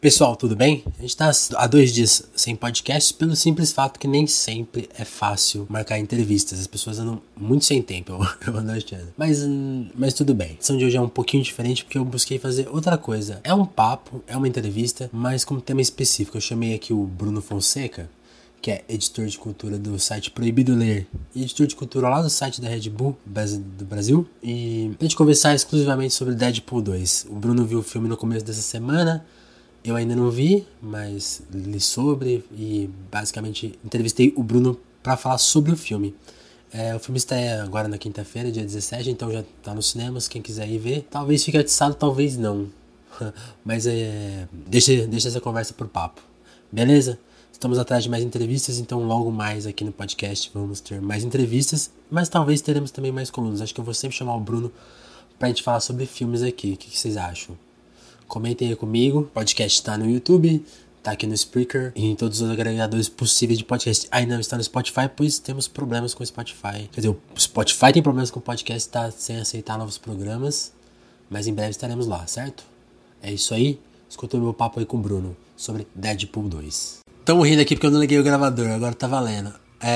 Pessoal, tudo bem? A gente tá há 2 dias sem podcast pelo simples fato que nem sempre é fácil marcar entrevistas. As pessoas andam muito sem tempo, eu ando achando. Mas tudo bem. A edição de hoje é um pouquinho diferente porque eu busquei fazer outra coisa. É um papo, é uma entrevista, mas com tema específico. Eu chamei aqui o Bruno Fonseca, que é editor de cultura do site Proibido Ler e editor de cultura lá do site da Red Bull do Brasil, e pra gente conversar exclusivamente sobre Deadpool 2. O Bruno viu o filme no começo dessa semana. Eu ainda não vi, mas li sobre e basicamente entrevistei o Bruno para falar sobre o filme. O filme está agora na quinta-feira, dia 17, então já tá nos cinemas, quem quiser ir ver. Talvez fique atiçado, talvez não. Mas deixa essa conversa por papo. Beleza? Estamos atrás de mais entrevistas, então logo mais aqui no podcast vamos ter mais entrevistas, mas talvez teremos também mais colunas. Acho que eu vou sempre chamar o Bruno pra gente falar sobre filmes aqui. O que vocês acham? Comentem aí comigo. O podcast tá no YouTube, tá aqui no Spreaker e em todos os agregadores possíveis de podcast. Ainda não está no Spotify, pois temos problemas com o Spotify. Quer dizer, o Spotify tem problemas com o podcast, tá sem aceitar novos programas, mas em breve estaremos lá, certo? É isso aí. Escuta o meu papo aí com o Bruno sobre Deadpool 2. Tamo rindo aqui porque eu não liguei o gravador, agora tá valendo.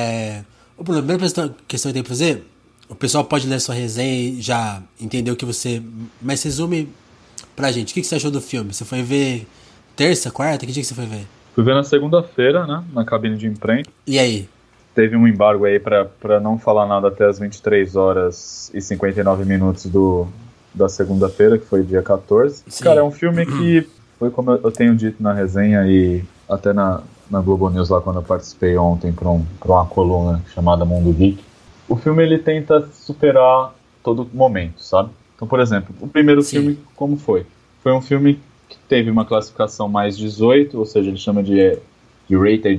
O Bruno, a primeira questão que eu tenho pra fazer, o pessoal pode ler sua resenha e já entender o que você... Mas resume pra gente, o que você achou do filme? Você foi ver terça, quarta? Que dia que você foi ver? Fui ver na segunda-feira, né, na cabine de imprensa. E aí? Teve um embargo aí pra não falar nada até as 23 horas e 59 minutos da segunda-feira, que foi dia 14. Sim. Cara, é um filme que foi como eu tenho dito na resenha e até na Globo News lá quando eu participei ontem pra uma coluna chamada Mundo Geek. O filme ele tenta superar todo momento, sabe? Então, por exemplo, o primeiro filme, como foi? Foi um filme que teve uma classificação mais 18, ou seja, ele chama de rated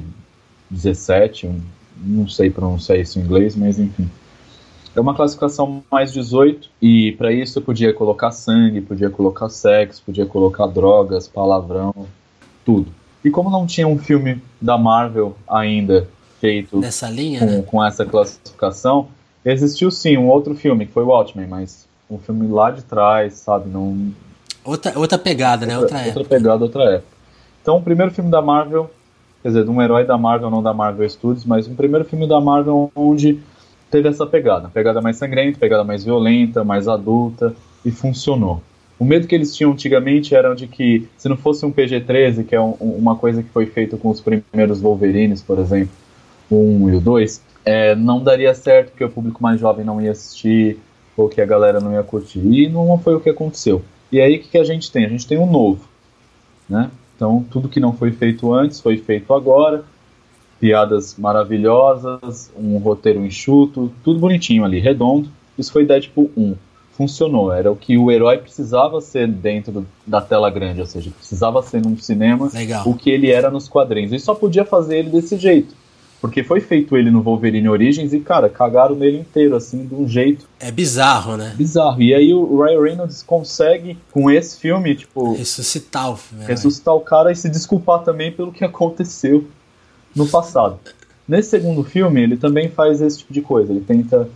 17, não sei pronunciar isso em inglês, mas enfim. É uma classificação mais 18, e para isso eu podia colocar sangue, podia colocar sexo, podia colocar drogas, palavrão, tudo. E como não tinha um filme da Marvel ainda feito nessa linha, com essa classificação, existiu sim um outro filme, que foi Watchmen, mas um filme lá de trás, sabe? Não... Outra pegada, né? Outra época. Outra pegada, outra época. Então, o primeiro filme da Marvel, quer dizer, de um herói da Marvel, não da Marvel Studios, mas um primeiro filme da Marvel onde teve essa pegada mais sangrenta, pegada mais violenta, mais adulta, e funcionou. O medo que eles tinham antigamente era de que, se não fosse um PG-13, que é uma coisa que foi feita com os primeiros Wolverines, por exemplo, o 1 e o 2, não daria certo, porque o público mais jovem não ia assistir, ou que a galera não ia curtir. E não foi o que aconteceu. E aí o que a gente tem? A gente tem um novo, né? Então tudo que não foi feito antes foi feito agora. Piadas maravilhosas, um roteiro enxuto, tudo bonitinho ali, redondo. Isso foi Deadpool 1. Funcionou, era o que o herói precisava ser dentro da tela grande, ou seja, precisava ser num cinema. Legal. O que ele era nos quadrinhos. E só podia fazer ele desse jeito. Porque foi feito ele no Wolverine Origins e, cara, cagaram nele inteiro, assim, de um jeito... É bizarro, né? Bizarro. E aí o Ryan Reynolds consegue, com esse filme, tipo... ressuscitar o filme. Ressuscitar o cara e se desculpar também pelo que aconteceu no passado. Nesse segundo filme, ele também faz esse tipo de coisa. Ele tenta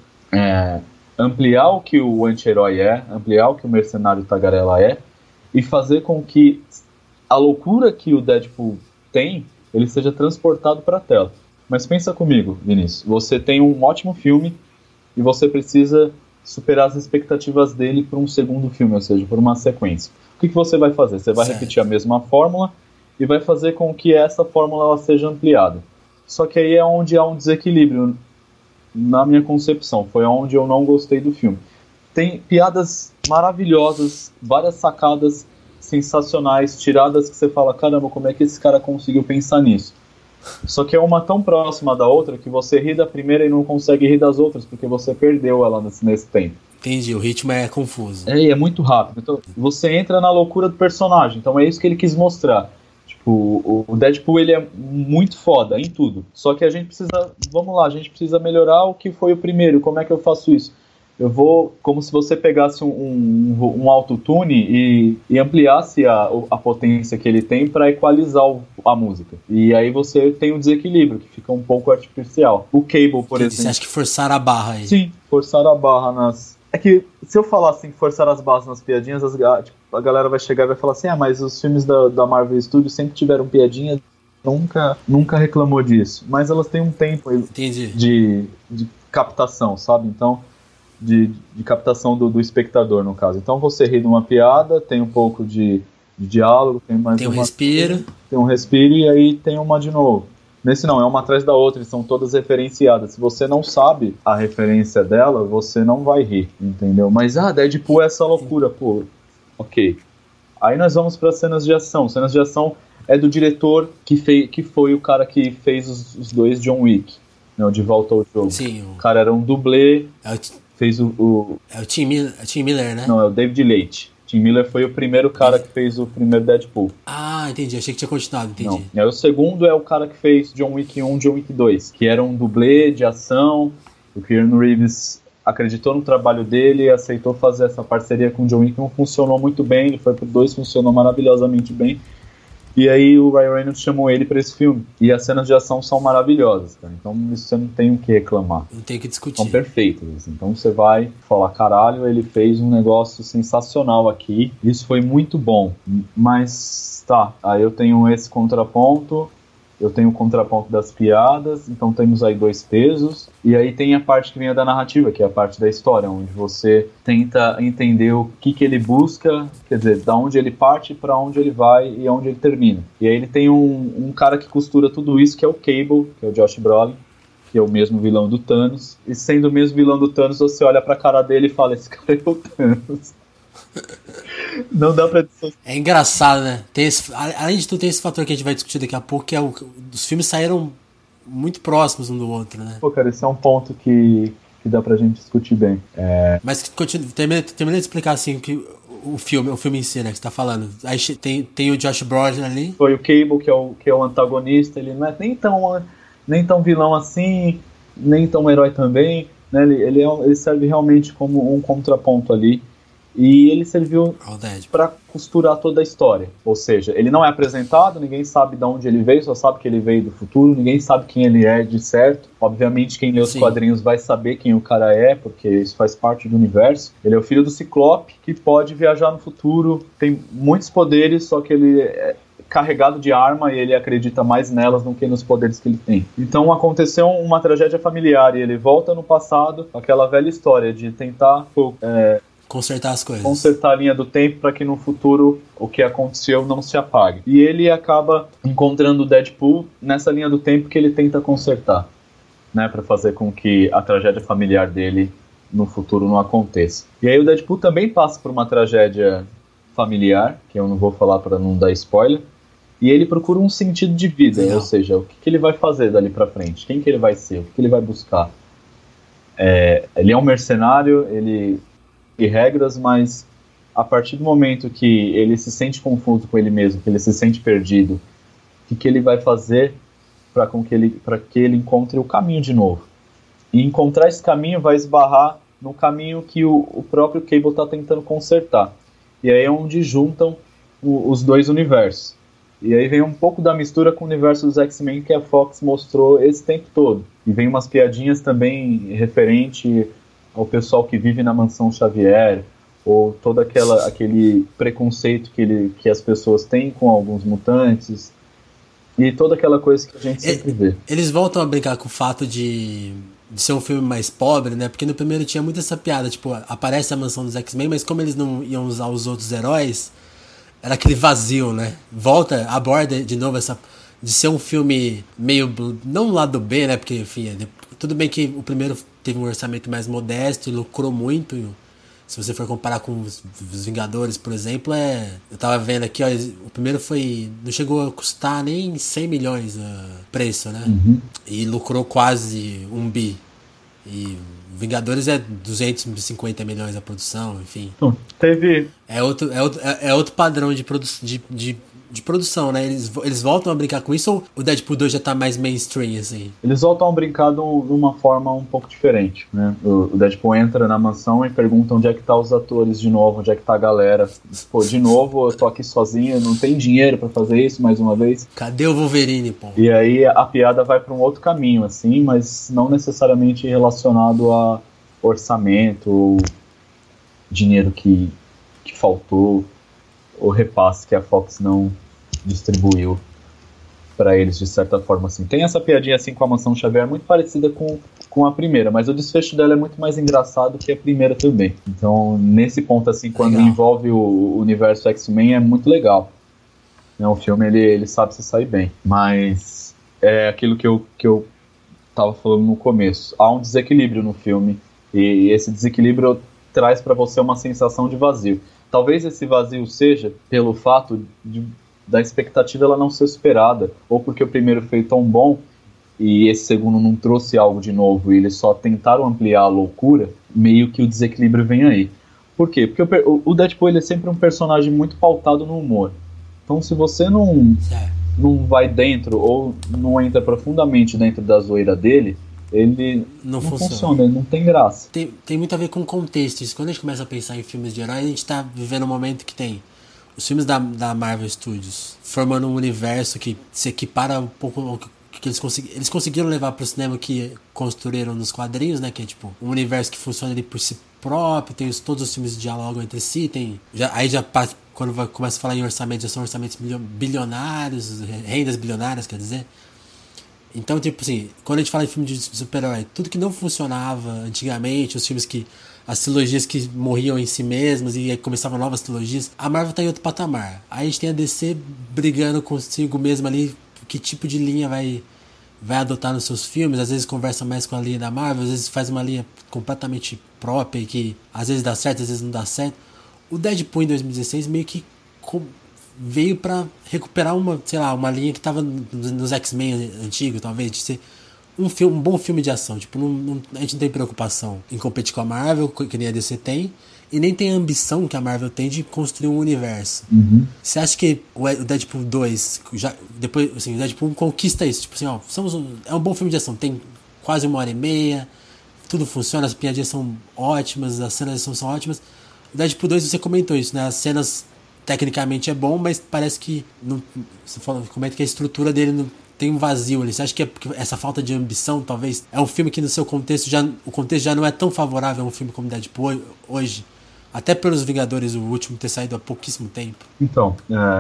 ampliar o que o anti-herói é, ampliar o que o mercenário tagarela é, e fazer com que a loucura que o Deadpool tem, ele seja transportado para a tela. Mas pensa comigo, Vinícius, você tem um ótimo filme e você precisa superar as expectativas dele para um segundo filme, ou seja, por uma sequência. O que você vai fazer? Você vai repetir a mesma fórmula e vai fazer com que essa fórmula ela seja ampliada. Só que aí é onde há um desequilíbrio, na minha concepção, foi onde eu não gostei do filme. Tem piadas maravilhosas, várias sacadas sensacionais, tiradas que você fala, caramba, como é que esse cara conseguiu pensar nisso? Só que é uma tão próxima da outra que você ri da primeira e não consegue rir das outras, porque você perdeu ela nesse tempo. Entendi, o ritmo é confuso. É muito rápido. Então, você entra na loucura do personagem. Então é isso que ele quis mostrar. Tipo, o Deadpool ele é muito foda em tudo. Só que a gente precisa, vamos lá, a gente precisa melhorar o que foi o primeiro. Como é que eu faço isso? Eu vou, como se você pegasse um autotune e ampliasse a potência que ele tem para equalizar a música. E aí você tem um desequilíbrio, que fica um pouco artificial. O Cable, por exemplo... Você acha que forçaram a barra aí? Sim, forçaram a barra É que se eu falar assim, forçar as barras nas piadinhas, a galera vai chegar e vai falar assim, mas os filmes da Marvel Studios sempre tiveram piadinhas, nunca reclamou disso. Mas elas têm um tempo de captação, sabe? Então, de captação do espectador, no caso. Então você ri de uma piada, tem um pouco de diálogo, tem mais respiro. Tem um respiro e aí tem uma de novo. Nesse não, é uma atrás da outra, são todas referenciadas. Se você não sabe a referência dela, você não vai rir, entendeu? Mas, Deadpool é essa loucura, pô. Ok. Aí nós vamos para cenas de ação. Cenas de ação é do diretor que foi o cara que fez os dois John Wick, né, De Volta ao Jogo. Sim. O cara era um dublê, fez o... É o Tim Miller, né? Não, é o David Leitch. Tim Miller foi o primeiro cara que fez o primeiro Deadpool. Entendi. Achei que tinha continuado, entendi. Não. O segundo é o cara que fez John Wick 1 e John Wick 2, que era um dublê de ação. O Keanu Reeves acreditou no trabalho dele e aceitou fazer essa parceria com o John Wick 1. Funcionou muito bem, ele foi pro 2, funcionou maravilhosamente bem. E aí o Ryan Reynolds chamou ele pra esse filme. E as cenas de ação são maravilhosas, cara. Então isso você não tem o que reclamar. Não tem o que discutir. São perfeitas. Assim. Então você vai falar, caralho, ele fez um negócio sensacional aqui. Isso foi muito bom. Mas aí eu tenho esse contraponto. Eu tenho o contraponto das piadas, então temos aí dois pesos, e aí tem a parte que vem da narrativa, que é a parte da história, onde você tenta entender o que ele busca, quer dizer, da onde ele parte, para onde ele vai e onde ele termina. E aí ele tem um cara que costura tudo isso, que é o Cable, que é o Josh Brolin, que é o mesmo vilão do Thanos, e sendo o mesmo vilão do Thanos, você olha pra cara dele e fala, esse cara é o Thanos. Não dá pra dizer. É engraçado, né? Além de tudo, tem esse fator que a gente vai discutir daqui a pouco, que é os filmes saíram muito próximos um do outro, né? Pô, cara, esse é um ponto que dá pra gente discutir bem. Mas termina de explicar assim que o filme em si, né, que você tá falando. Aí tem o Josh Brolin ali. Foi o Cable, que é o antagonista, ele não é nem tão vilão assim, nem tão herói também, né? Ele serve realmente como um contraponto ali. E ele serviu para costurar toda a história. Ou seja, ele não é apresentado, ninguém sabe de onde ele veio, só sabe que ele veio do futuro, ninguém sabe quem ele é de certo. Obviamente, quem lê os quadrinhos vai saber quem o cara é, porque isso faz parte do universo. Ele é o filho do Ciclope, que pode viajar no futuro, tem muitos poderes, só que ele é carregado de arma e ele acredita mais nelas do que nos poderes que ele tem. Então aconteceu uma tragédia familiar e ele volta no passado, aquela velha história de tentar... consertar as coisas. Consertar a linha do tempo para que no futuro o que aconteceu não se apague. E ele acaba encontrando o Deadpool nessa linha do tempo que ele tenta consertar, né, para fazer com que a tragédia familiar dele no futuro não aconteça. E aí o Deadpool também passa por uma tragédia familiar, que eu não vou falar para não dar spoiler, e ele procura um sentido de vida, ou seja, o que ele vai fazer dali para frente, quem que ele vai ser, o que ele vai buscar. Ele é um mercenário, ele e regras, mas a partir do momento que ele se sente confuso com ele mesmo, que ele se sente perdido, o que ele vai fazer para que ele encontre o caminho de novo? E encontrar esse caminho vai esbarrar no caminho que o próprio Cable está tentando consertar. E aí é onde juntam os dois universos. E aí vem um pouco da mistura com o universo dos X-Men que a Fox mostrou esse tempo todo. E vem umas piadinhas também referente ao pessoal que vive na mansão Xavier, ou todo aquele preconceito que as pessoas têm com alguns mutantes, e toda aquela coisa que a gente sempre vê. Eles voltam a brincar com o fato de ser um filme mais pobre, né? Porque no primeiro tinha muito essa piada, tipo, aparece a mansão dos X-Men, mas como eles não iam usar os outros heróis, era aquele vazio, né? Aborda de novo essa... de ser um filme meio... não lado B, né? Porque, enfim, tudo bem que o primeiro teve um orçamento mais modesto e lucrou muito. Se você for comparar com os Vingadores, por exemplo, eu tava vendo aqui, ó, o primeiro não chegou a custar nem 100 milhões o preço, né? Uhum. E lucrou quase 1 bi. E Vingadores é 250 milhões a produção, enfim. Teve... É outro padrão de produção, né? Eles voltam a brincar com isso, ou o Deadpool 2 já tá mais mainstream, assim? Eles voltam a brincar de uma forma um pouco diferente, né? O Deadpool entra na mansão e pergunta onde é que tá os atores de novo, onde é que tá a galera. Pô, de novo, eu tô aqui sozinho, não tem dinheiro pra fazer isso mais uma vez. Cadê o Wolverine, pô? E aí a piada vai pra um outro caminho, assim, mas não necessariamente relacionado a orçamento dinheiro que faltou, ou repasse que a Fox não distribuiu para eles de certa forma assim. Tem essa piadinha assim com a Mansão Xavier muito parecida com a primeira, mas o desfecho dela é muito mais engraçado que a primeira também. Então, nesse ponto assim, quando envolve o universo X-Men, é muito legal. O filme ele sabe se sair bem, mas é aquilo que eu tava falando no começo. Há um desequilíbrio no filme e esse desequilíbrio traz para você uma sensação de vazio. Talvez esse vazio seja pelo fato da expectativa ela não ser superada, ou porque o primeiro foi tão bom e esse segundo não trouxe algo de novo e eles só tentaram ampliar a loucura, meio que o desequilíbrio vem aí. Por quê? Porque o Deadpool ele é sempre um personagem muito pautado no humor. Então se você não vai dentro ou não entra profundamente dentro da zoeira dele, ele não funciona, ele não tem graça. Tem muito a ver com contexto. Isso. Quando a gente começa a pensar em filmes de herói, a gente tá vivendo um momento que tem os filmes da Marvel Studios formando um universo que se equipara um pouco ao que eles conseguiram levar pro cinema que construíram nos quadrinhos, né? Que é tipo um universo que funciona ali por si próprio, tem todos os filmes dialogam entre si, quando começa a falar em orçamento, já são orçamentos bilionários, rendas bilionárias, quer dizer. Então, tipo assim, quando a gente fala em filme de super-herói, tudo que não funcionava antigamente, os filmes as trilogias que morriam em si mesmas e aí começavam novas trilogias, a Marvel tá em outro patamar. Aí a gente tem a DC brigando consigo mesmo ali, que tipo de linha vai adotar nos seus filmes. Às vezes conversa mais com a linha da Marvel, às vezes faz uma linha completamente própria e que às vezes dá certo, às vezes não dá certo. O Deadpool em 2016 meio que veio pra recuperar uma linha que tava nos X-Men antigos, talvez, de ser um bom filme de ação. Tipo, a gente não tem preocupação em competir com a Marvel, que nem a DC tem, e nem tem a ambição que a Marvel tem de construir um universo. Você acha que o Deadpool 2, depois, assim, o Deadpool conquista isso? Tipo assim, ó, é um bom filme de ação, tem quase 1h30, tudo funciona, as piadinhas são ótimas, as cenas de ação são ótimas. O Deadpool 2, você comentou isso, né? As cenas tecnicamente é bom, mas parece que você comenta que a estrutura dele não tem um vazio ali. Você acha que essa falta de ambição, talvez, é um filme que no seu contexto o contexto já não é tão favorável a um filme como Deadpool hoje? Até pelos Vingadores, o último ter saído há pouquíssimo tempo. Então,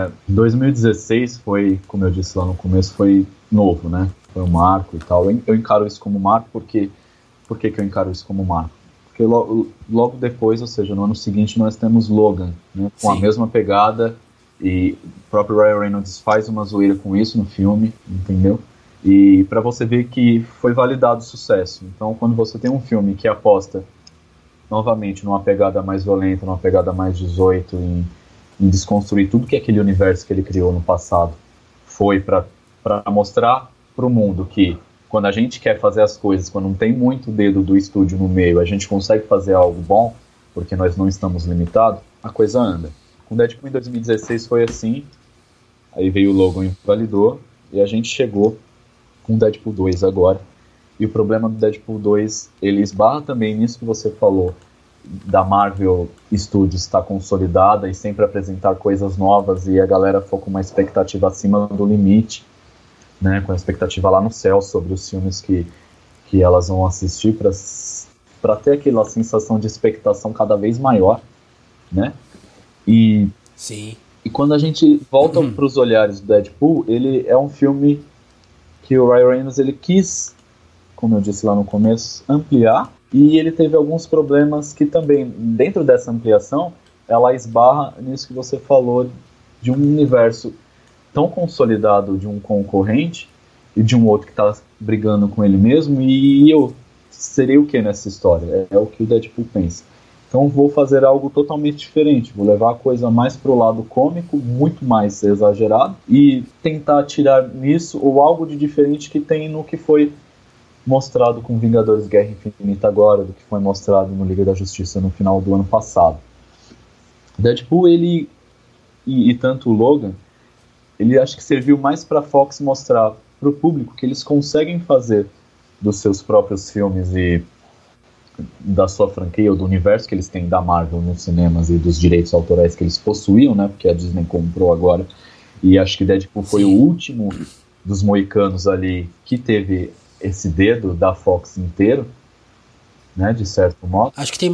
2016 foi, como eu disse lá no começo, foi novo, né? Foi um marco e tal. Eu encaro isso como marco porque... Por que eu encaro isso como marco? Porque logo depois, ou seja, no ano seguinte, nós temos Logan, né? Com Sim. a mesma pegada, e o próprio Ryan Reynolds faz uma zoeira com isso no filme, entendeu? E para você ver que foi validado o sucesso. Então, quando você tem um filme que aposta novamente numa pegada mais violenta, numa pegada mais 18, em desconstruir tudo que aquele universo que ele criou no passado foi para mostrar para o mundo que quando a gente quer fazer as coisas, quando não tem muito dedo do estúdio no meio, a gente consegue fazer algo bom, porque nós não estamos limitados, a coisa anda. Com Deadpool em 2016 foi assim, aí veio o Logan e validou, e a gente chegou com Deadpool 2 agora. E o problema do Deadpool 2, ele esbarra também nisso que você falou, da Marvel Studios estar consolidada e sempre apresentar coisas novas, e a galera for com uma expectativa acima do limite, né, com a expectativa lá no céu sobre os filmes que elas vão assistir para ter aquela sensação de expectação cada vez maior, né? Sim. E quando a gente volta para os olhares do Deadpool, ele é um filme que o Ryan Reynolds ele quis, como eu disse lá no começo, ampliar, e ele teve alguns problemas que também, dentro dessa ampliação, ela esbarra nisso que você falou, de um universo tão consolidado de um concorrente e de um outro que está brigando com ele mesmo, e eu serei o que nessa história? É o que o Deadpool pensa. Então vou fazer algo totalmente diferente, vou levar a coisa mais pro lado cômico, muito mais exagerado, e tentar tirar nisso ou algo de diferente que tem no que foi mostrado com Vingadores Guerra Infinita agora, do que foi mostrado no Liga da Justiça no final do ano passado. Deadpool, ele e tanto o Logan, ele acho que serviu mais para a Fox mostrar para o público que eles conseguem fazer dos seus próprios filmes e da sua franquia ou do universo que eles têm da Marvel nos cinemas e dos direitos autorais que eles possuíam, né, porque a Disney comprou agora, e acho que Deadpool foi o último dos moicanos ali que teve esse dedo da Fox inteiro, né, de certo modo. Acho que tem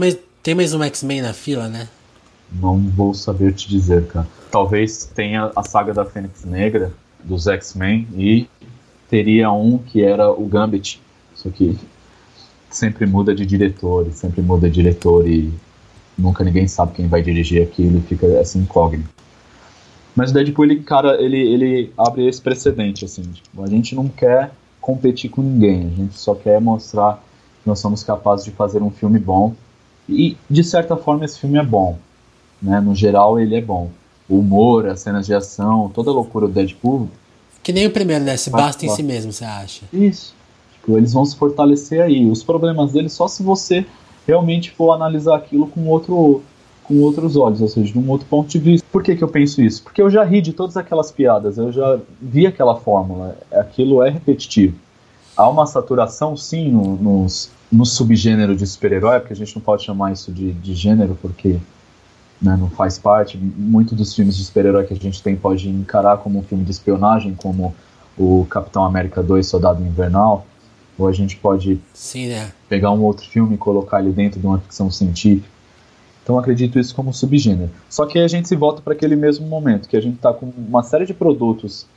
Tem mais um X-Men na fila, né? Não vou saber te dizer, cara. Talvez tenha a saga da Fênix Negra, dos X-Men, e teria um que era o Gambit. Só que sempre muda de diretor, e nunca ninguém sabe quem vai dirigir aquilo e fica essa incógnita. Mas o Deadpool, ele abre esse precedente, assim. Tipo, a gente não quer competir com ninguém, a gente só quer mostrar que nós somos capazes de fazer um filme bom. E, de certa forma, esse filme é bom, né? No geral, ele é bom. O humor, as cenas de ação, toda a loucura do Deadpool... Que nem o primeiro, né? Se basta em si mesmo, você acha? Isso. Tipo, eles vão se fortalecer aí. Os problemas deles só se você realmente for analisar aquilo com outros olhos, ou seja, de um outro ponto de vista. Por que eu penso isso? Porque eu já ri de todas aquelas piadas, eu já vi aquela fórmula, aquilo é repetitivo. Há uma saturação, sim, no subgênero de super-herói, porque a gente não pode chamar isso de gênero, porque, né, não faz parte. Muito dos filmes de super-herói que a gente tem pode encarar como um filme de espionagem, como o Capitão América 2, Soldado Invernal, ou a gente pode sim, né, pegar um outro filme e colocar ele dentro de uma ficção científica. Então eu acredito isso como subgênero. Só que aí a gente se volta para aquele mesmo momento, que a gente está com uma série de produtos,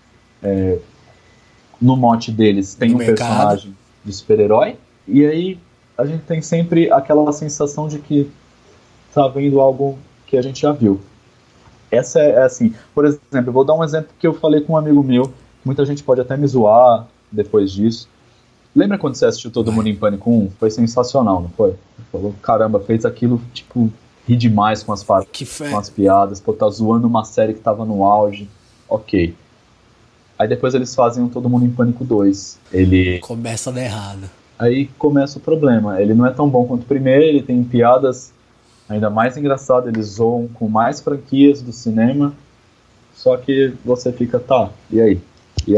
no mote deles tem um personagem de super-herói, e aí a gente tem sempre aquela sensação de que está vendo algo que a gente já viu. Essa é assim, por exemplo, eu vou dar um exemplo que eu falei com um amigo meu, muita gente pode até me zoar depois disso. Lembra quando você assistiu Todo Mundo em Pânico 1? Foi sensacional, não foi? Você falou, caramba, fez aquilo, tipo, ri demais com as piadas, pô, tá zoando uma série que tava no auge, ok. Aí depois eles fazem um Todo Mundo em Pânico 2. Ele começa a dar errado. Aí começa o problema, ele não é tão bom quanto o primeiro, ele tem piadas ainda mais engraçadas, eles zoam com mais franquias do cinema, só que você fica, tá, e aí? E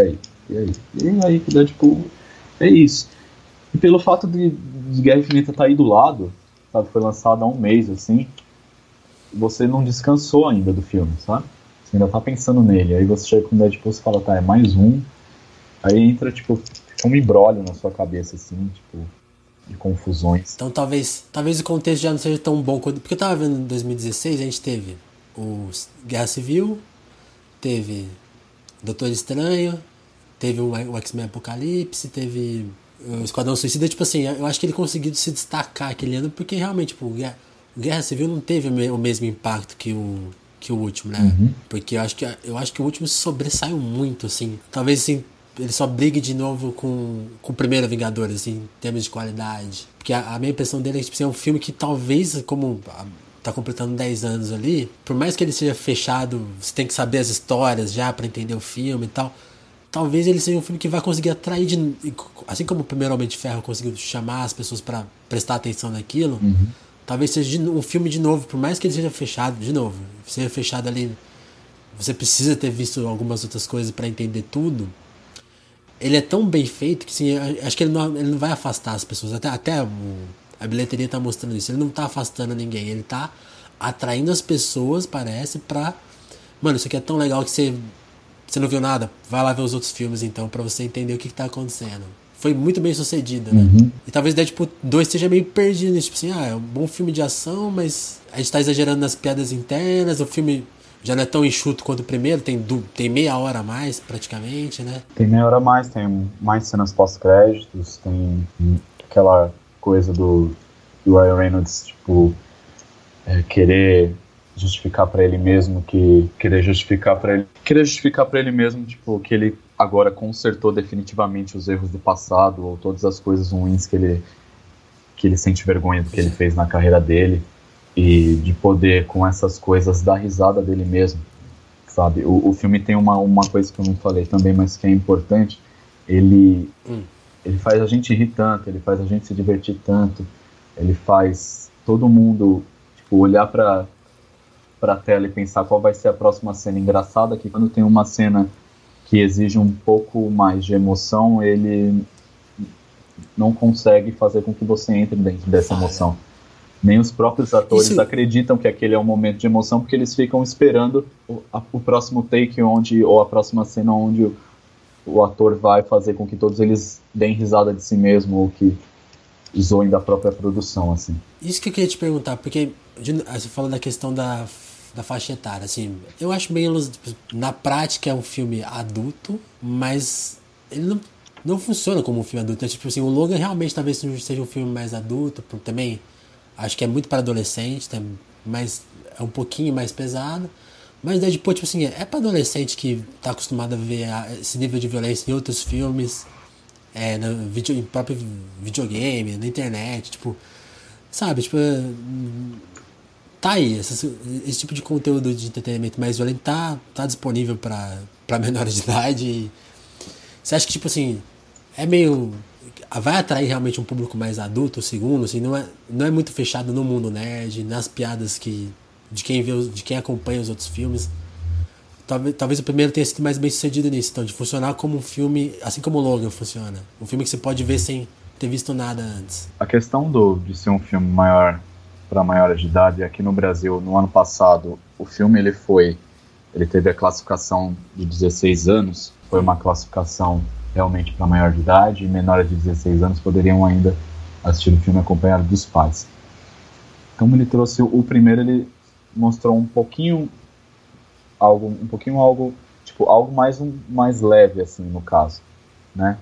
aí, que dá, tipo, é isso. E pelo fato de Guerra Infinita estar aí do lado, sabe, foi lançado há um mês, assim, você não descansou ainda do filme, sabe? Você ainda tá pensando nele, aí você chega com o Deadpool e fala, tá, é mais um, aí entra, tipo, fica um imbróglio na sua cabeça, assim, tipo, de confusões. Então talvez o contexto já não seja tão bom quanto... Porque eu tava vendo em 2016, a gente teve o Guerra Civil, teve Doutor Estranho, teve o X-Men Apocalipse, teve o Esquadrão Suicida. Tipo assim, eu acho que ele conseguiu se destacar aquele ano porque realmente, tipo, o Guerra Civil não teve o mesmo impacto que o último, né? Uhum. Porque eu acho que o último sobressaiu muito, assim. Talvez, assim, ele só brigue de novo com o primeiro Vingadores, assim, em termos de qualidade. Porque a minha impressão dele é que, tipo, assim, é um filme que talvez, como tá completando 10 anos ali, por mais que ele seja fechado, você tem que saber as histórias já pra entender o filme e tal, talvez ele seja um filme que vai conseguir atrair, assim como o primeiro Homem de Ferro conseguiu chamar as pessoas pra prestar atenção naquilo, talvez seja um filme de novo, por mais que ele seja fechado, de novo, seja fechado ali, você precisa ter visto algumas outras coisas pra entender tudo. Ele é tão bem feito que, assim, acho que ele não vai afastar as pessoas. Até a bilheteria tá mostrando isso. Ele não tá afastando ninguém. Ele tá atraindo as pessoas, parece, pra... Mano, isso aqui é tão legal que você não viu nada. Vai lá ver os outros filmes, então, pra você entender o que tá acontecendo. Foi muito bem sucedido, né? E talvez Deadpool 2 esteja meio perdido. Tipo assim, é um bom filme de ação, mas a gente tá exagerando nas piadas internas. O filme... já não é tão enxuto quanto o primeiro, tem meia hora a mais, praticamente, né? Tem meia hora a mais, tem mais cenas pós-créditos, tem aquela coisa do Ryan Reynolds, tipo, querer justificar pra ele mesmo querer justificar pra ele mesmo, tipo, que ele agora consertou definitivamente os erros do passado, ou todas as coisas ruins que ele sente vergonha do que ele fez na carreira dele. E de poder, com essas coisas, dar risada dele mesmo, sabe? O filme tem uma coisa que eu não falei também, mas que é importante. Ele faz a gente rir tanto, ele faz a gente se divertir tanto, ele faz todo mundo, tipo, olhar pra tela e pensar qual vai ser a próxima cena engraçada, que quando tem uma cena que exige um pouco mais de emoção, ele não consegue fazer com que você entre dentro dessa emoção. Nem os próprios atores acreditam que aquele é um momento de emoção, porque eles ficam esperando o próximo take ou a próxima cena onde o ator vai fazer com que todos eles deem risada de si mesmo, ou que zoem da própria produção, assim. Isso que eu queria te perguntar, porque você falou da questão da faixa etária, assim, eu acho bem, na prática é um filme adulto, mas ele não funciona como um filme adulto, tipo assim, o Logan realmente talvez seja um filme mais adulto, também acho que é muito para adolescente, mas é um pouquinho mais pesado, mas Deadpool, tipo assim, é para adolescente que tá acostumado a ver esse nível de violência em outros filmes, em próprio videogame, na internet, tipo, sabe, tipo, tá aí, esse tipo de conteúdo de entretenimento mais violento tá disponível pra menores de idade. E você acha que, tipo assim, vai atrair realmente um público mais adulto, segundo, assim, não é muito fechado no mundo nerd, nas piadas de quem acompanha os outros filmes. Talvez o primeiro tenha sido mais bem sucedido nisso, então, de funcionar como um filme, assim como o Logan funciona. Um filme que você pode ver sem ter visto nada antes. A questão de ser um filme maior para maiores de idade, aqui no Brasil, no ano passado, o filme ele teve a classificação de 16 anos, foi uma classificação realmente para maior de idade, e menores de 16 anos poderiam ainda assistir o filme acompanhado dos pais. Como ele trouxe o primeiro, ele mostrou um pouquinho algo, tipo, algo mais leve, assim, no caso, né?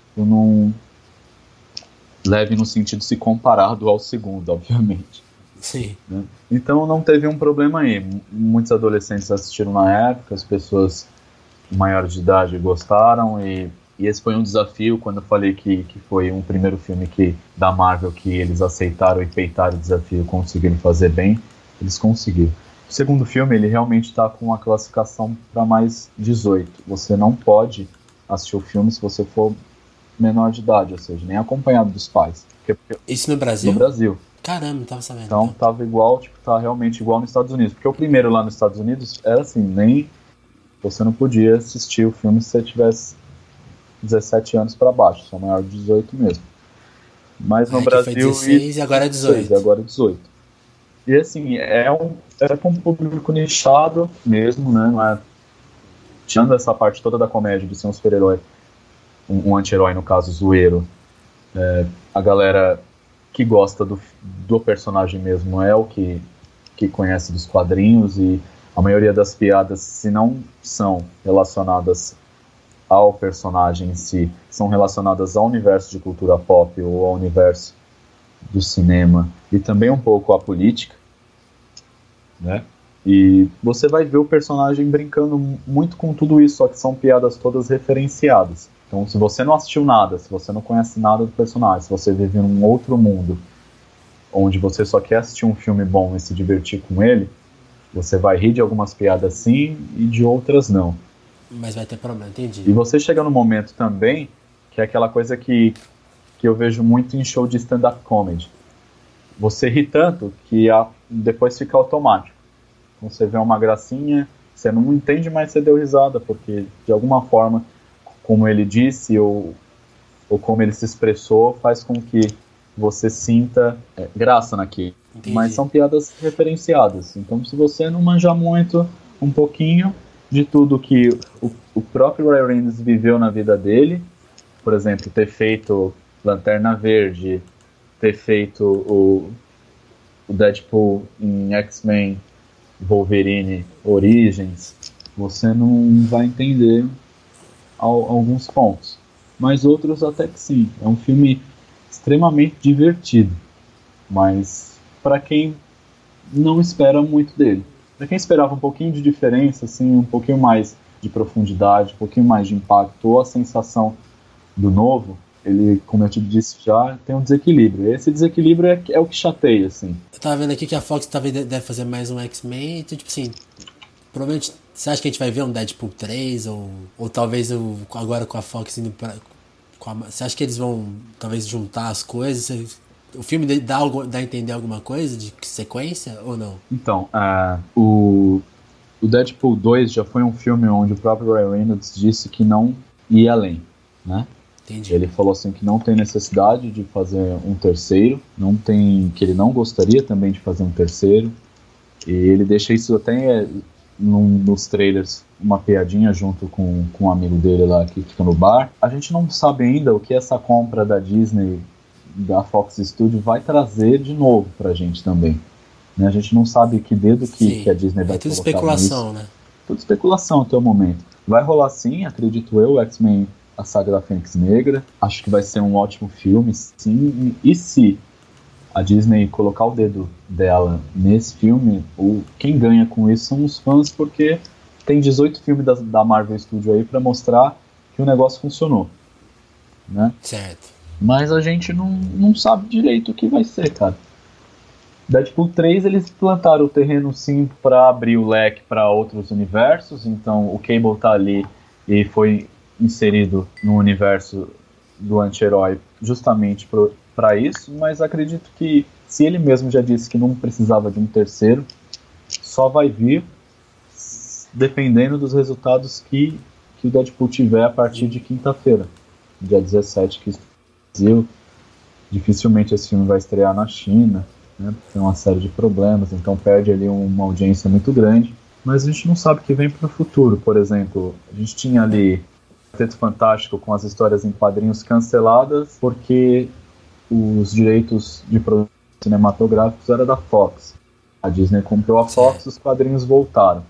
Leve no sentido de se comparado ao segundo, obviamente. Sim. Né? Então não teve um problema aí. Muitos adolescentes assistiram na época, as pessoas maiores de idade gostaram, e esse foi um desafio. Quando eu falei que foi um primeiro filme da Marvel que eles aceitaram e peitaram o desafio, conseguiram fazer bem, eles conseguiram. O segundo filme, ele realmente está com uma classificação para mais 18. Você não pode assistir o filme se você for menor de idade, ou seja, nem acompanhado dos pais. Isso no Brasil? No Brasil. Caramba, não tava sabendo. Então tava igual, tipo, tá realmente igual nos Estados Unidos. Porque o primeiro lá nos Estados Unidos era assim, você não podia assistir o filme se você tivesse 17 anos para baixo, só maior de 18 mesmo. Mas no Brasil... Foi 16 e agora é 18. E agora é 18. E assim, é um público nichado mesmo, né? Não é, tirando essa parte toda da comédia de ser um super-herói, um anti-herói, no caso, zoeiro, a galera que gosta do personagem mesmo é o que conhece dos quadrinhos, e a maioria das piadas, se não são relacionadas ao personagem em si, são relacionadas ao universo de cultura pop ou ao universo do cinema, e também um pouco à política, né? E você vai ver o personagem brincando muito com tudo isso, só que são piadas todas referenciadas. Então, se você não assistiu nada, se você não conhece nada do personagem, se você vive num outro mundo, onde você só quer assistir um filme bom e se divertir com ele, você vai rir de algumas piadas sim e de outras não. Mas vai ter problema, entendi. E você chega no momento também, que é aquela coisa que eu vejo muito em show de stand-up comedy. Você ri tanto que depois fica automático. Então você vê uma gracinha, você não entende mais se deu risada, porque de alguma forma, como ele disse ou como ele se expressou, faz com que você sinta graça naquilo. Entendi. Mas são piadas referenciadas. Então, se você não manjar muito, um pouquinho de tudo que o próprio Ryan Reynolds viveu na vida dele, por exemplo, ter feito Lanterna Verde, ter feito o Deadpool em X-Men Wolverine Origins, você não vai entender alguns pontos. Mas outros até que sim. É um filme extremamente divertido, mas para quem não espera muito dele. Para quem esperava um pouquinho de diferença, assim, um pouquinho mais de profundidade, um pouquinho mais de impacto, ou a sensação do novo, ele, como eu te disse já, tem um desequilíbrio. Esse desequilíbrio é o que chateia, assim. Eu tava vendo aqui que a Fox deve fazer mais um X-Men, então, tipo assim, provavelmente, você acha que a gente vai ver um Deadpool 3, ou talvez agora com a Fox indo pra... Você acha que eles vão, talvez, juntar as coisas? O filme dá a entender alguma coisa de sequência, ou não? Então, o Deadpool 2 já foi um filme onde o próprio Ryan Reynolds disse que não ia além, né? Entendi. Ele falou assim que não tem necessidade de fazer um terceiro, que ele não gostaria também de fazer um terceiro, e ele deixa isso até nos trailers, uma piadinha junto com um amigo dele lá que fica no bar. A gente não sabe ainda o que essa compra da Disney da Fox Studio vai trazer de novo pra gente também. Né? A gente não sabe que dedo que a Disney vai tudo colocar especulação, nisso. né? Tudo especulação até o momento. Vai rolar sim, acredito eu, X-Men, a saga da Fênix Negra. Acho que vai ser um ótimo filme, sim. E se a Disney colocar o dedo dela nesse filme, quem ganha com isso são os fãs, porque tem 18 filmes da Marvel Studios aí pra mostrar que o negócio funcionou. Né? Certo. Mas a gente não sabe direito o que vai ser, cara. Deadpool 3, eles plantaram o terreno sim para abrir o leque para outros universos, então o Cable tá ali e foi inserido no universo do anti-herói justamente para isso, mas acredito que se ele mesmo já disse que não precisava de um terceiro, só vai vir dependendo dos resultados que o Deadpool tiver a partir de quinta-feira, dia 17, que dificilmente esse filme vai estrear na China. Né, tem uma série de problemas, então perde ali uma audiência muito grande, mas a gente não sabe o que vem para o futuro. Por exemplo, a gente tinha ali Quarteto Fantástico com as histórias em quadrinhos canceladas porque os direitos de produção cinematográficos era da Fox. A Disney comprou a Fox e os quadrinhos voltaram.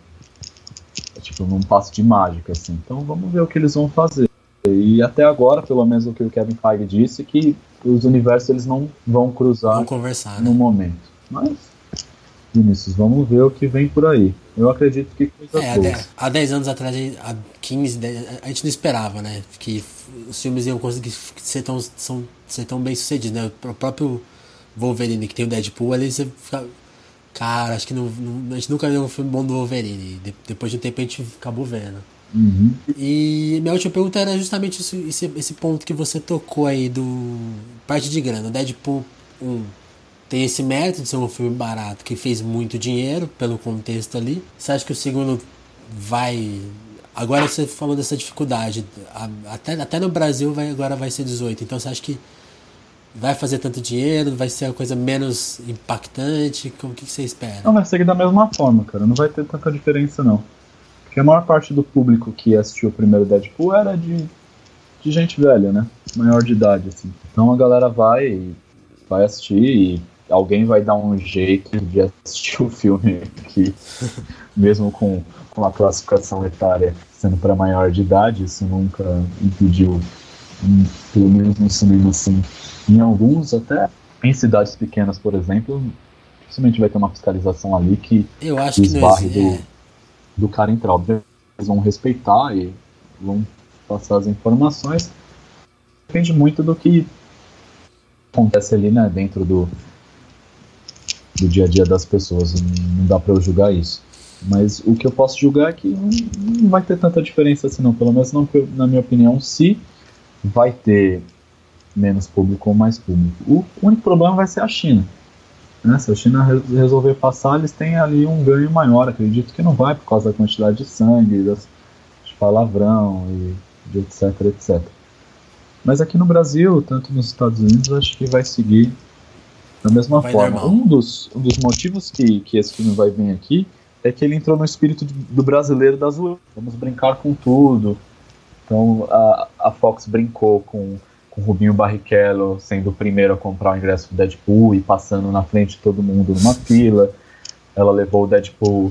É tipo num passo de mágica, assim. Então vamos ver o que eles vão fazer. E até agora, pelo menos o que o Kevin Feige disse, que os universos eles não vão cruzar, vão conversar, no momento. Mas, Vinícius, vamos ver o que vem por aí. Eu acredito que coisa boa. Há 10 anos atrás, há 15, 10, a gente não esperava, né? Que os filmes iam conseguir ser tão bem sucedidos, né? O próprio Wolverine, que tem o Deadpool, ali você fica... Cara, acho que a gente nunca viu um filme bom do Wolverine. Depois de um tempo a gente acabou vendo. Uhum. E minha última pergunta era justamente esse ponto que você tocou aí do parte de grana. O Deadpool 1 tem esse mérito de ser um filme barato que fez muito dinheiro pelo contexto ali. Você acha que o segundo vai... Agora você falou dessa dificuldade, até no Brasil agora vai ser 18, então você acha que vai fazer tanto dinheiro, vai ser uma coisa menos impactante? O que você espera? Não, vai seguir da mesma forma, cara, não vai ter tanta diferença não. Porque a maior parte do público que assistiu o primeiro Deadpool era de gente velha, né? Maior de idade, assim. Então a galera vai assistir e alguém vai dar um jeito de assistir o filme que, mesmo com a classificação etária sendo para maior de idade, isso nunca impediu, pelo menos no cinema, assim. Em alguns, até em cidades pequenas, por exemplo, dificilmente vai ter uma fiscalização ali que eu acho que esbarre do cara entrar. Eles vão respeitar e vão passar as informações. Depende muito do que acontece ali, né, dentro do dia a dia das pessoas. Não dá pra eu julgar isso. Mas o que eu posso julgar é que não vai ter tanta diferença assim não. Pelo menos não, na minha opinião, se vai ter menos público ou mais público. O único problema vai ser a China. Né? Se a China resolver passar, eles têm ali um ganho maior. Acredito que não vai por causa da quantidade de sangue, de palavrão e de etc. Mas aqui no Brasil, tanto nos Estados Unidos, acho que vai seguir da mesma forma. Um dos motivos que esse filme vai vir aqui é que ele entrou no espírito do brasileiro da zoeira. Vamos brincar com tudo. Então a Fox brincou com Rubinho Barrichello sendo o primeiro a comprar o ingresso do Deadpool e passando na frente de todo mundo numa fila. Ela levou o Deadpool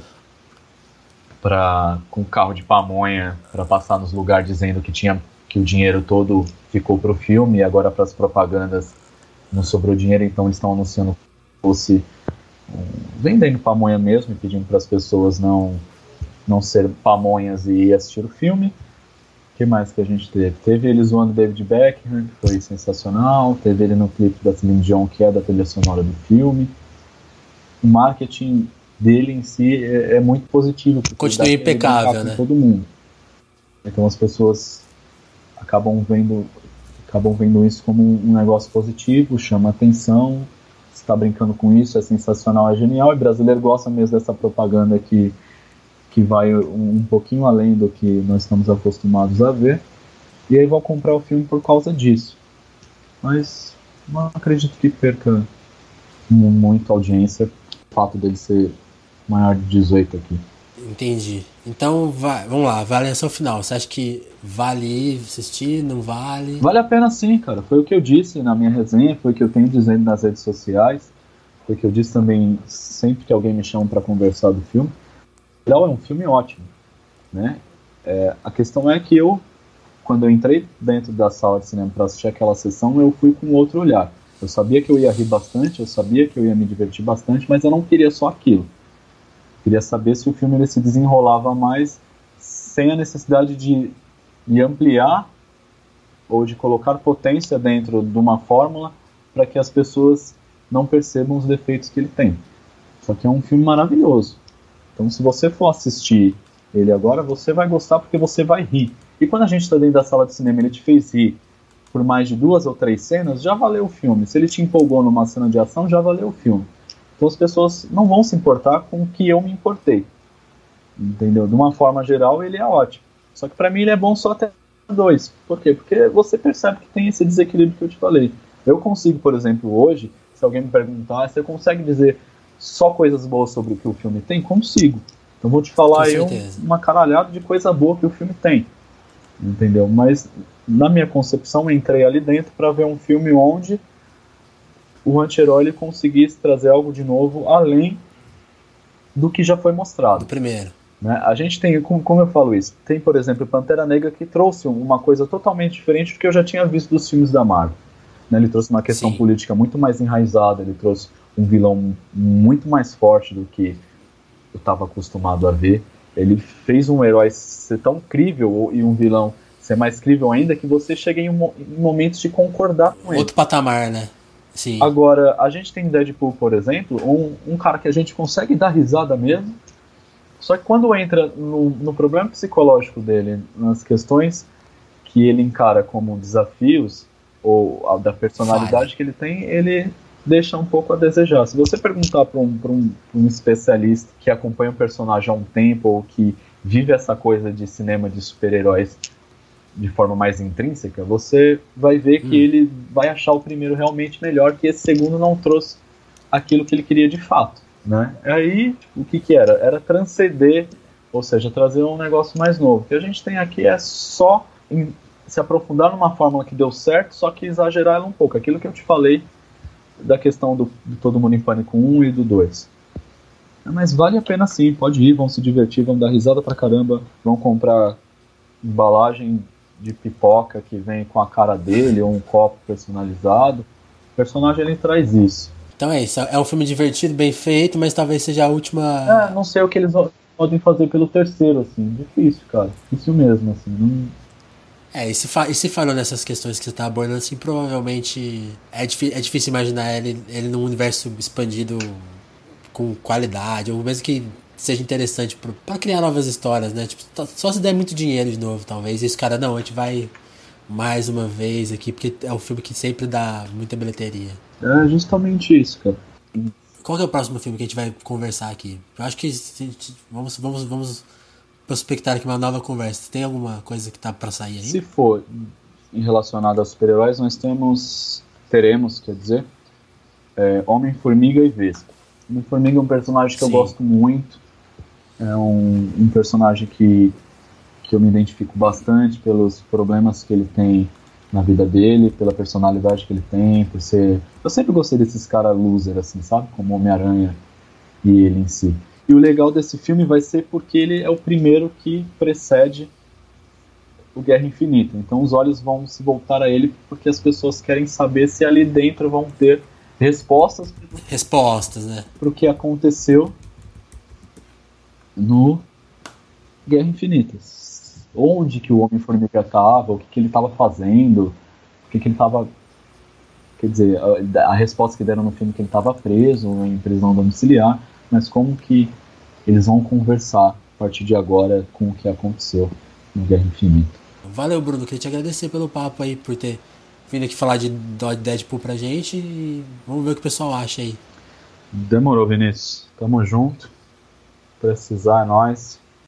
com carro de pamonha para passar nos lugares dizendo que o dinheiro todo ficou pro filme e agora para as propagandas não sobrou dinheiro, então eles estão anunciando que fosse vendendo pamonha mesmo e pedindo para as pessoas não ser pamonhas e assistir o filme. O que mais que a gente teve? Teve ele zoando David Beckham, que foi sensacional. Teve ele no clipe da Celine Dion, que é da trilha sonora do filme. O marketing dele em si é muito positivo. Continua impecável, né? Todo mundo. Então as pessoas acabam vendo isso como um negócio positivo, chama atenção. Se está brincando com isso, é sensacional, é genial. E o brasileiro gosta mesmo dessa propaganda que vai um pouquinho além do que nós estamos acostumados a ver, e aí vão comprar o filme por causa disso. Mas não acredito que perca muito audiência o fato dele ser maior de 18 aqui. Entendi. Então, vamos lá, avaliação final. Você acha que vale ir assistir, não vale? Vale a pena sim, cara. Foi o que eu disse na minha resenha, foi o que eu tenho dizendo nas redes sociais, foi o que eu disse também sempre que alguém me chama para conversar do filme. É um filme ótimo, né? A questão é que quando eu entrei dentro da sala de cinema para assistir aquela sessão, eu fui com outro olhar. Eu sabia que eu ia rir bastante, eu sabia que eu ia me divertir bastante, mas eu não queria só aquilo. Eu queria saber se o filme ele se desenrolava mais sem a necessidade de ampliar ou de colocar potência dentro de uma fórmula para que as pessoas não percebam os defeitos que ele tem. Só que é um filme maravilhoso. Então, se você for assistir ele agora, você vai gostar porque você vai rir. E quando a gente está dentro da sala de cinema e ele te fez rir por mais de 2 ou 3 cenas, já valeu o filme. Se ele te empolgou numa cena de ação, já valeu o filme. Então as pessoas não vão se importar com o que eu me importei. Entendeu? De uma forma geral, ele é ótimo. Só que pra mim ele é bom só até 2. Por quê? Porque você percebe que tem esse desequilíbrio que eu te falei. Eu consigo, por exemplo, hoje, se alguém me perguntar, você consegue dizer só coisas boas sobre o que o filme tem? Consigo. Então vou te falar aí uma caralhada de coisa boa que o filme tem. Entendeu? Mas na minha concepção eu entrei ali dentro para ver um filme onde o anti-herói ele conseguisse trazer algo de novo além do que já foi mostrado. Do primeiro. Né? A gente tem, como eu falo isso, tem por exemplo Pantera Negra que trouxe uma coisa totalmente diferente do que eu já tinha visto dos filmes da Marvel. Né? Ele trouxe uma questão política muito mais enraizada, ele trouxe um vilão muito mais forte do que eu estava acostumado a ver. Ele fez um herói ser tão crível e um vilão ser mais crível ainda que você chega em momentos de concordar com ele. Outro patamar, né? Sim. Agora, a gente tem Deadpool, por exemplo, um cara que a gente consegue dar risada mesmo, só que quando entra no problema psicológico dele, nas questões que ele encara como desafios, ou da personalidade que ele tem, ele deixa um pouco a desejar. Se você perguntar para um especialista que acompanha o personagem há um tempo, ou que vive essa coisa de cinema de super-heróis de forma mais intrínseca, você vai ver que ele vai achar o primeiro realmente melhor, que esse segundo não trouxe aquilo que ele queria de fato, né? Aí, o que era? Era transcender, ou seja, trazer um negócio mais novo. O que a gente tem aqui é só se aprofundar numa fórmula que deu certo, só que exagerar ela um pouco. Aquilo que eu te falei da questão do Todo Mundo em Pânico 1 e do 2. Mas vale a pena sim, pode ir, vão se divertir, vão dar risada pra caramba, vão comprar embalagem de pipoca que vem com a cara dele, ou um copo personalizado. O personagem ele traz isso. Então é isso, é um filme divertido, bem feito, mas talvez seja a última... não sei o que eles podem fazer pelo terceiro, assim, difícil, cara, difícil mesmo, assim, não... E se falou nessas questões que você tá abordando, assim, provavelmente é difícil imaginar ele num universo expandido com qualidade, ou mesmo que seja interessante pra criar novas histórias, né? Tipo, só se der muito dinheiro de novo, talvez. E esse cara, não, a gente vai mais uma vez aqui, porque é um filme que sempre dá muita bilheteria. É justamente isso, cara. Qual que é o próximo filme que a gente vai conversar aqui? Eu acho que vamos prospectar aqui uma nova conversa. Tem alguma coisa que tá pra sair aí? Se for em relacionado aos super-heróis, nós teremos, quer dizer, Homem-Formiga e Vespa. Homem-Formiga é um personagem que eu gosto muito. É um personagem que eu me identifico bastante pelos problemas que ele tem na vida dele, pela personalidade que ele tem, por ser... Eu sempre gostei desses caras loser, assim, sabe? Como Homem-Aranha e ele em si. E o legal desse filme vai ser porque ele é o primeiro que precede o Guerra Infinita. Então os olhos vão se voltar a ele porque as pessoas querem saber se ali dentro vão ter respostas, né? Para o que aconteceu no Guerra Infinita. Onde que o Homem-Formiga estava, o que ele estava fazendo, o que ele estava... Quer dizer, a resposta que deram no filme que ele estava preso, em prisão domiciliar, mas como que eles vão conversar a partir de agora com o que aconteceu no Guerra Infinita. Valeu, Bruno, queria te agradecer pelo papo aí, por ter vindo aqui falar de Deadpool pra gente, e vamos ver o que o pessoal acha aí. Demorou, Vinícius. Tamo junto. Precisar é nóis.